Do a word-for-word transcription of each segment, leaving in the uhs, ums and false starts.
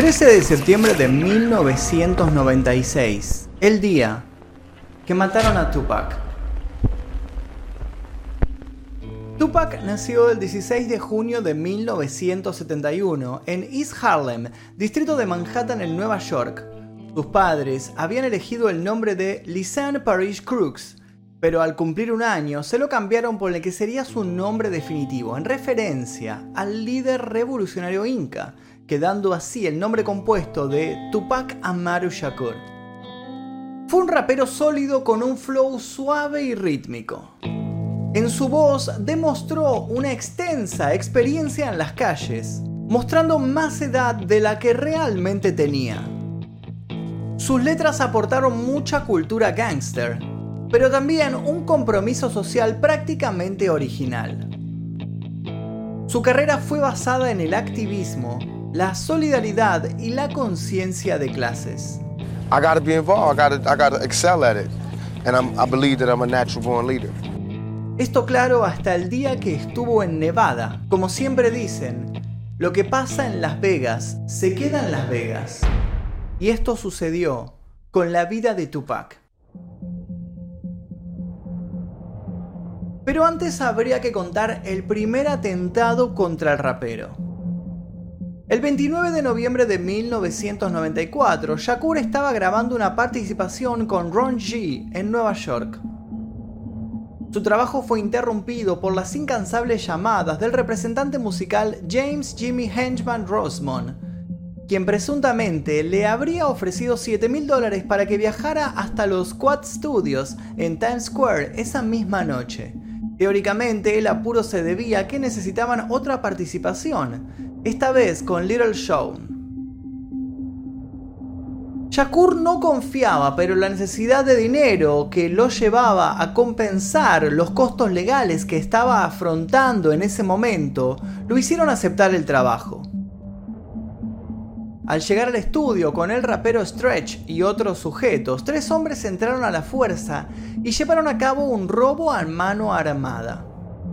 trece de septiembre de mil novecientos noventa y seis, el día que mataron a Tupac. Tupac nació el dieciséis de junio de mil novecientos setenta y uno en East Harlem, distrito de Manhattan en Nueva York. Sus padres habían elegido el nombre de Lisanne Parrish Crooks, pero al cumplir un año se lo cambiaron por el que sería su nombre definitivo, en referencia al líder revolucionario inca, quedando así el nombre compuesto de Tupac Amaru Shakur. Fue un rapero sólido con un flow suave y rítmico. En su voz demostró una extensa experiencia en las calles, mostrando más edad de la que realmente tenía. Sus letras aportaron mucha cultura gángster, pero también un compromiso social prácticamente original. Su carrera fue basada en el activismo, la solidaridad y la conciencia de clases. I gotta be involved. I gotta, I gotta excel at it, and I'm, I believe that I'm a natural born leader. Esto claro hasta el día que estuvo en Nevada. Como siempre dicen, lo que pasa en Las Vegas se queda en Las Vegas. Y esto sucedió con la vida de Tupac. Pero antes habría que contar el primer atentado contra el rapero. El veintinueve de noviembre de mil novecientos noventa y cuatro, Shakur estaba grabando una participación con Ron G en Nueva York. Su trabajo fue interrumpido por las incansables llamadas del representante musical James Jimmy Henchman Rosemond, quien presuntamente le habría ofrecido siete mil dólares para que viajara hasta los Quad Studios en Times Square esa misma noche. Teóricamente, el apuro se debía a que necesitaban otra participación, esta vez con Little Sean. Shakur no confiaba, pero la necesidad de dinero que lo llevaba a compensar los costos legales que estaba afrontando en ese momento lo hicieron aceptar el trabajo. Al llegar al estudio con el rapero Stretch y otros sujetos, tres hombres entraron a la fuerza y llevaron a cabo un robo a mano armada.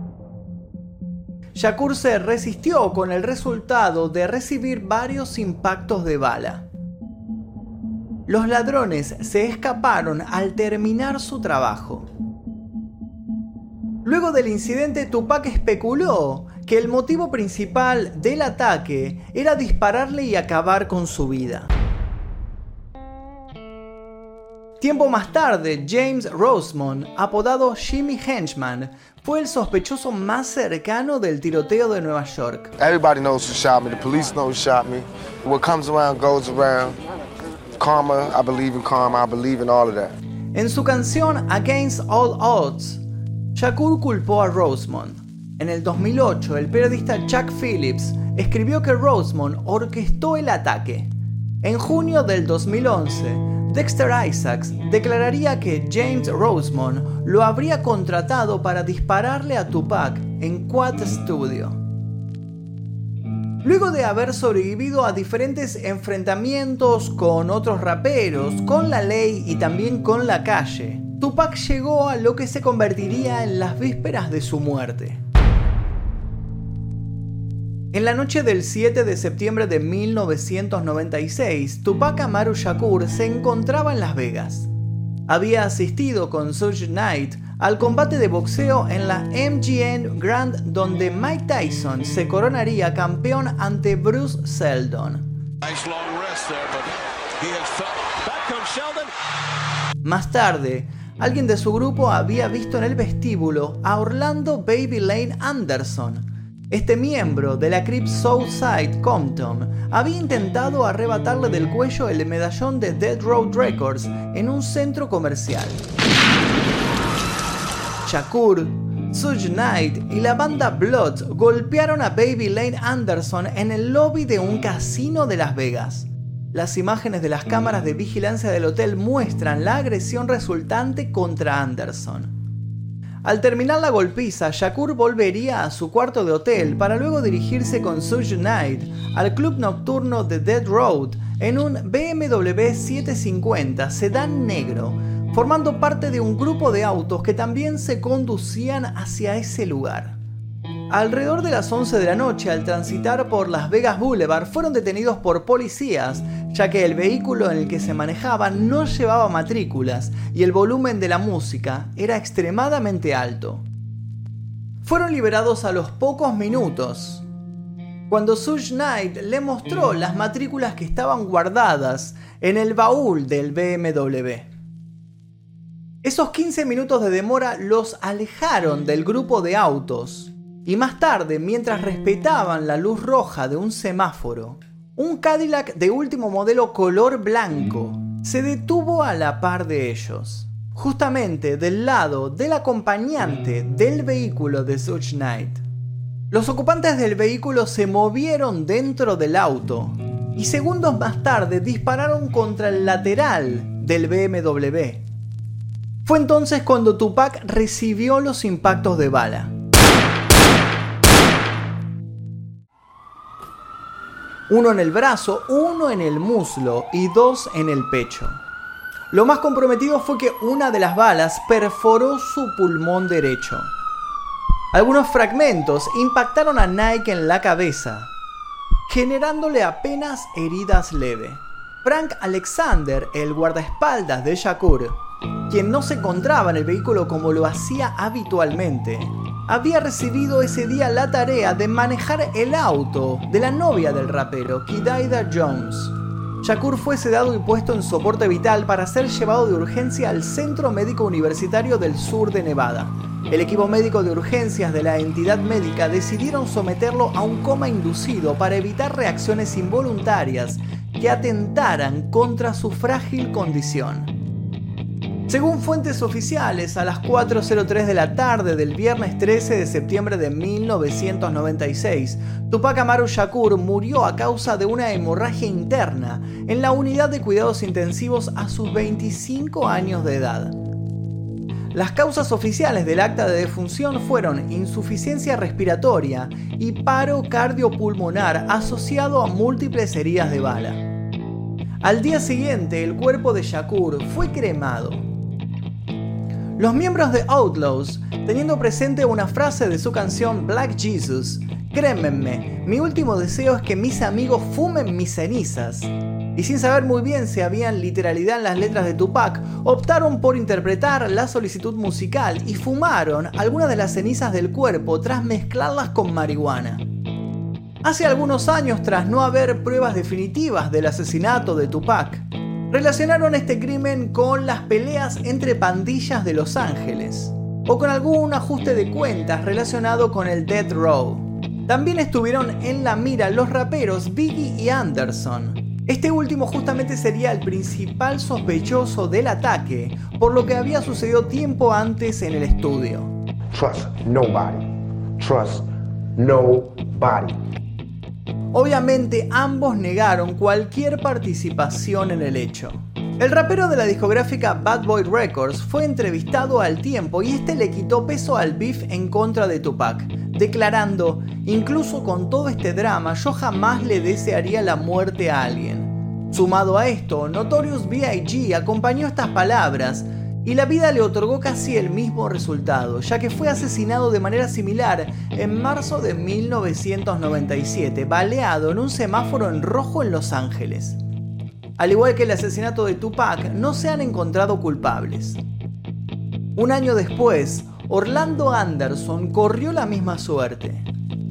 Shakur se resistió con el resultado de recibir varios impactos de bala. Los ladrones se escaparon al terminar su trabajo. Luego del incidente, Tupac especuló que el motivo principal del ataque era dispararle y acabar con su vida. Tiempo más tarde, James Rosemond, apodado Jimmy Henchman, fue el sospechoso más cercano del tiroteo de Nueva York. Everybody knows who shot me. The police know who shot me. What comes around goes around. Karma, I believe in karma. I believe in all of that. En su canción Against All Odds, Shakur culpó a Rosemond. En el dos mil ocho, el periodista Chuck Phillips escribió que Rosemond orquestó el ataque. En junio del dos mil once, Dexter Isaacs declararía que James Rosemond lo habría contratado para dispararle a Tupac en Quad Studio. Luego de haber sobrevivido a diferentes enfrentamientos con otros raperos, con la ley y también con la calle, Tupac llegó a lo que se convertiría en las vísperas de su muerte. En la noche del siete de septiembre de mil novecientos noventa y seis, Tupac Amaru Shakur se encontraba en Las Vegas. Había asistido con Suge Knight al combate de boxeo en la M G M Grand, donde Mike Tyson se coronaría campeón ante Bruce Seldon. Más tarde, alguien de su grupo había visto en el vestíbulo a Orlando Baby Lane Anderson. Este miembro de la Crip Southside Compton había intentado arrebatarle del cuello el medallón de Death Row Records en un centro comercial. Shakur, Suge Knight y la banda Bloods golpearon a Baby Lane Anderson en el lobby de un casino de Las Vegas. Las imágenes de las cámaras de vigilancia del hotel muestran la agresión resultante contra Anderson. Al terminar la golpiza, Shakur volvería a su cuarto de hotel para luego dirigirse con Suge Knight al club nocturno de Death Road en un B M W setecientos cincuenta sedán negro, formando parte de un grupo de autos que también se conducían hacia ese lugar. Alrededor de las once de la noche, al transitar por Las Vegas Boulevard, fueron detenidos por policías, ya que el vehículo en el que se manejaban no llevaba matrículas y el volumen de la música era extremadamente alto. Fueron liberados a los pocos minutos, cuando Suge Knight le mostró las matrículas que estaban guardadas en el baúl del B M W. Esos quince minutos de demora los alejaron del grupo de autos, y más tarde, mientras respetaban la luz roja de un semáforo, un Cadillac de último modelo color blanco se detuvo a la par de ellos, justamente del lado del acompañante del vehículo de Suge Knight. Los ocupantes del vehículo se movieron dentro del auto y segundos más tarde dispararon contra el lateral del B M W. Fue entonces cuando Tupac recibió los impactos de bala. Uno en el brazo, uno en el muslo y dos en el pecho. Lo más comprometido fue que una de las balas perforó su pulmón derecho. Algunos fragmentos impactaron a Nike en la cabeza, generándole apenas heridas leves. Frank Alexander, el guardaespaldas de Shakur, quien no se encontraba en el vehículo como lo hacía habitualmente, había recibido ese día la tarea de manejar el auto de la novia del rapero, Kidida Jones. Shakur fue sedado y puesto en soporte vital para ser llevado de urgencia al Centro Médico Universitario del Sur de Nevada. El equipo médico de urgencias de la entidad médica decidieron someterlo a un coma inducido para evitar reacciones involuntarias que atentaran contra su frágil condición. Según fuentes oficiales, a las cuatro cero tres de la tarde del viernes trece de septiembre de mil novecientos noventa y seis, Tupac Amaru Shakur murió a causa de una hemorragia interna en la unidad de cuidados intensivos a sus veinticinco años de edad. Las causas oficiales del acta de defunción fueron insuficiencia respiratoria y paro cardiopulmonar asociado a múltiples heridas de bala. Al día siguiente, el cuerpo de Shakur fue cremado. Los miembros de Outlaws, teniendo presente una frase de su canción Black Jesus, crémenme, mi último deseo es que mis amigos fumen mis cenizas, y sin saber muy bien si habían literalidad en las letras de Tupac, optaron por interpretar la solicitud musical y fumaron algunas de las cenizas del cuerpo tras mezclarlas con marihuana. Hace algunos años, tras no haber pruebas definitivas del asesinato de Tupac, relacionaron este crimen con las peleas entre pandillas de Los Ángeles, o con algún ajuste de cuentas relacionado con el Death Row. También estuvieron en la mira los raperos Biggie y Anderson. Este último justamente sería el principal sospechoso del ataque, por lo que había sucedido tiempo antes en el estudio. Trust nobody. Trust nobody. Obviamente ambos negaron cualquier participación en el hecho. El rapero de la discográfica Bad Boy Records fue entrevistado al tiempo y este le quitó peso al beef en contra de Tupac, declarando: incluso con todo este drama yo jamás le desearía la muerte a alguien. Sumado a esto, Notorious B I G acompañó estas palabras y la vida le otorgó casi el mismo resultado, ya que fue asesinado de manera similar en marzo de mil novecientos noventa y siete, baleado en un semáforo en rojo en Los Ángeles. Al igual que el asesinato de Tupac, no se han encontrado culpables. Un año después, Orlando Anderson corrió la misma suerte.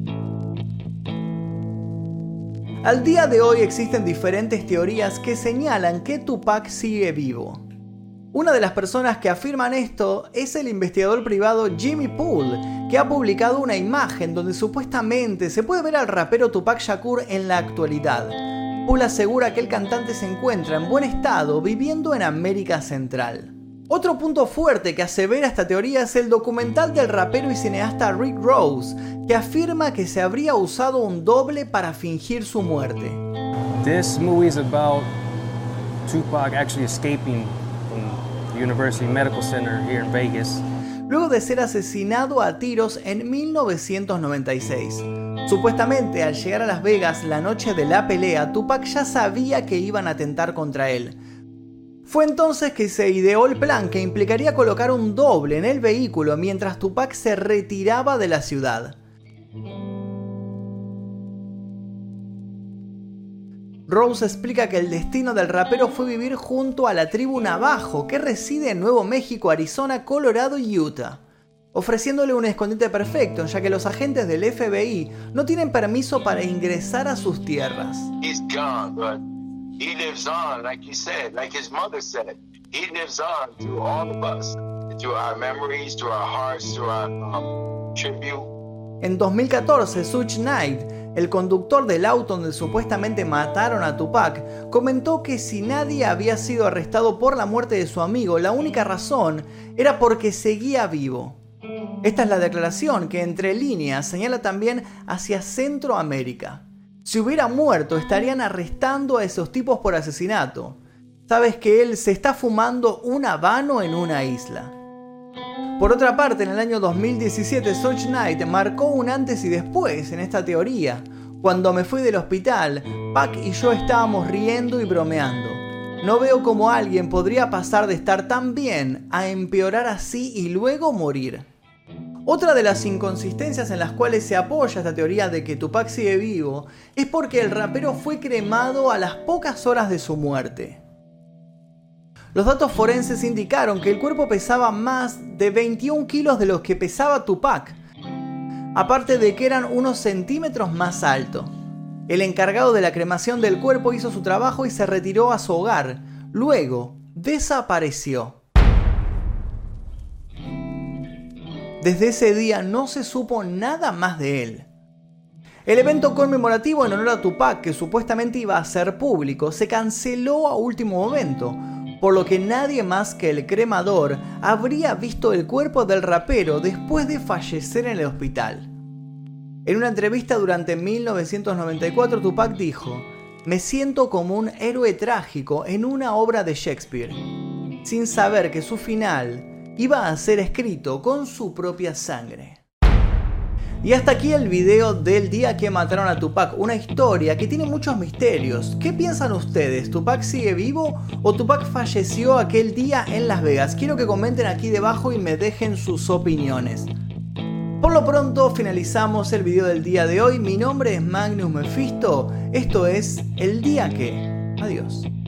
Al día de hoy existen diferentes teorías que señalan que Tupac sigue vivo. Una de las personas que afirman esto es el investigador privado Jimmy Poole, que ha publicado una imagen donde supuestamente se puede ver al rapero Tupac Shakur en la actualidad. Poole asegura que el cantante se encuentra en buen estado viviendo en América Central. Otro punto fuerte que asevera esta teoría es el documental del rapero y cineasta Rick Ross, que afirma que se habría usado un doble para fingir su muerte. This movie is about Tupac actually escaping from the University Medical Center here in Vegas. Luego de ser asesinado a tiros en mil novecientos noventa y seis. Supuestamente, al llegar a Las Vegas la noche de la pelea, Tupac ya sabía que iban a atentar contra él. Fue entonces que se ideó el plan que implicaría colocar un doble en el vehículo mientras Tupac se retiraba de la ciudad. Rose explica que el destino del rapero fue vivir junto a la tribu Navajo, que reside en Nuevo México, Arizona, Colorado y Utah, ofreciéndole un escondite perfecto, ya que los agentes del F B I no tienen permiso para ingresar a sus tierras. He's gone, but he lives on, like you said, like his mother said. He lives on through all of us, through our memories, through our hearts, through our um, tribute. En dos mil catorce, Suge Knight, el conductor del auto donde supuestamente mataron a Tupac, comentó que si nadie había sido arrestado por la muerte de su amigo, la única razón era porque seguía vivo. Esta es la declaración que entre líneas señala también hacia Centroamérica. Si hubiera muerto, estarían arrestando a esos tipos por asesinato. Sabes que él se está fumando un habano en una isla. Por otra parte, en el año dos mil diecisiete, Suge Knight marcó un antes y después en esta teoría. Cuando me fui del hospital, Pac y yo estábamos riendo y bromeando. No veo cómo alguien podría pasar de estar tan bien a empeorar así y luego morir. Otra de las inconsistencias en las cuales se apoya esta teoría de que Tupac sigue vivo es porque el rapero fue cremado a las pocas horas de su muerte. Los datos forenses indicaron que el cuerpo pesaba más de veintiún kilos de los que pesaba Tupac, aparte de que eran unos centímetros más alto. El encargado de la cremación del cuerpo hizo su trabajo y se retiró a su hogar. Luego, desapareció. Desde ese día no se supo nada más de él. El evento conmemorativo en honor a Tupac, que supuestamente iba a ser público, se canceló a último momento, por lo que nadie más que el cremador habría visto el cuerpo del rapero después de fallecer en el hospital. En una entrevista durante mil novecientos noventa y cuatro, Tupac dijo: "Me siento como un héroe trágico en una obra de Shakespeare, sin saber que su final iba a ser escrito con su propia sangre". Y hasta aquí el video del día que mataron a Tupac, una historia que tiene muchos misterios. ¿Qué piensan ustedes? ¿Tupac sigue vivo o Tupac falleció aquel día en Las Vegas? Quiero que comenten aquí debajo y me dejen sus opiniones. Por lo pronto finalizamos el video del día de hoy. Mi nombre es Magnus Mephisto. Esto es El Día Que. Adiós.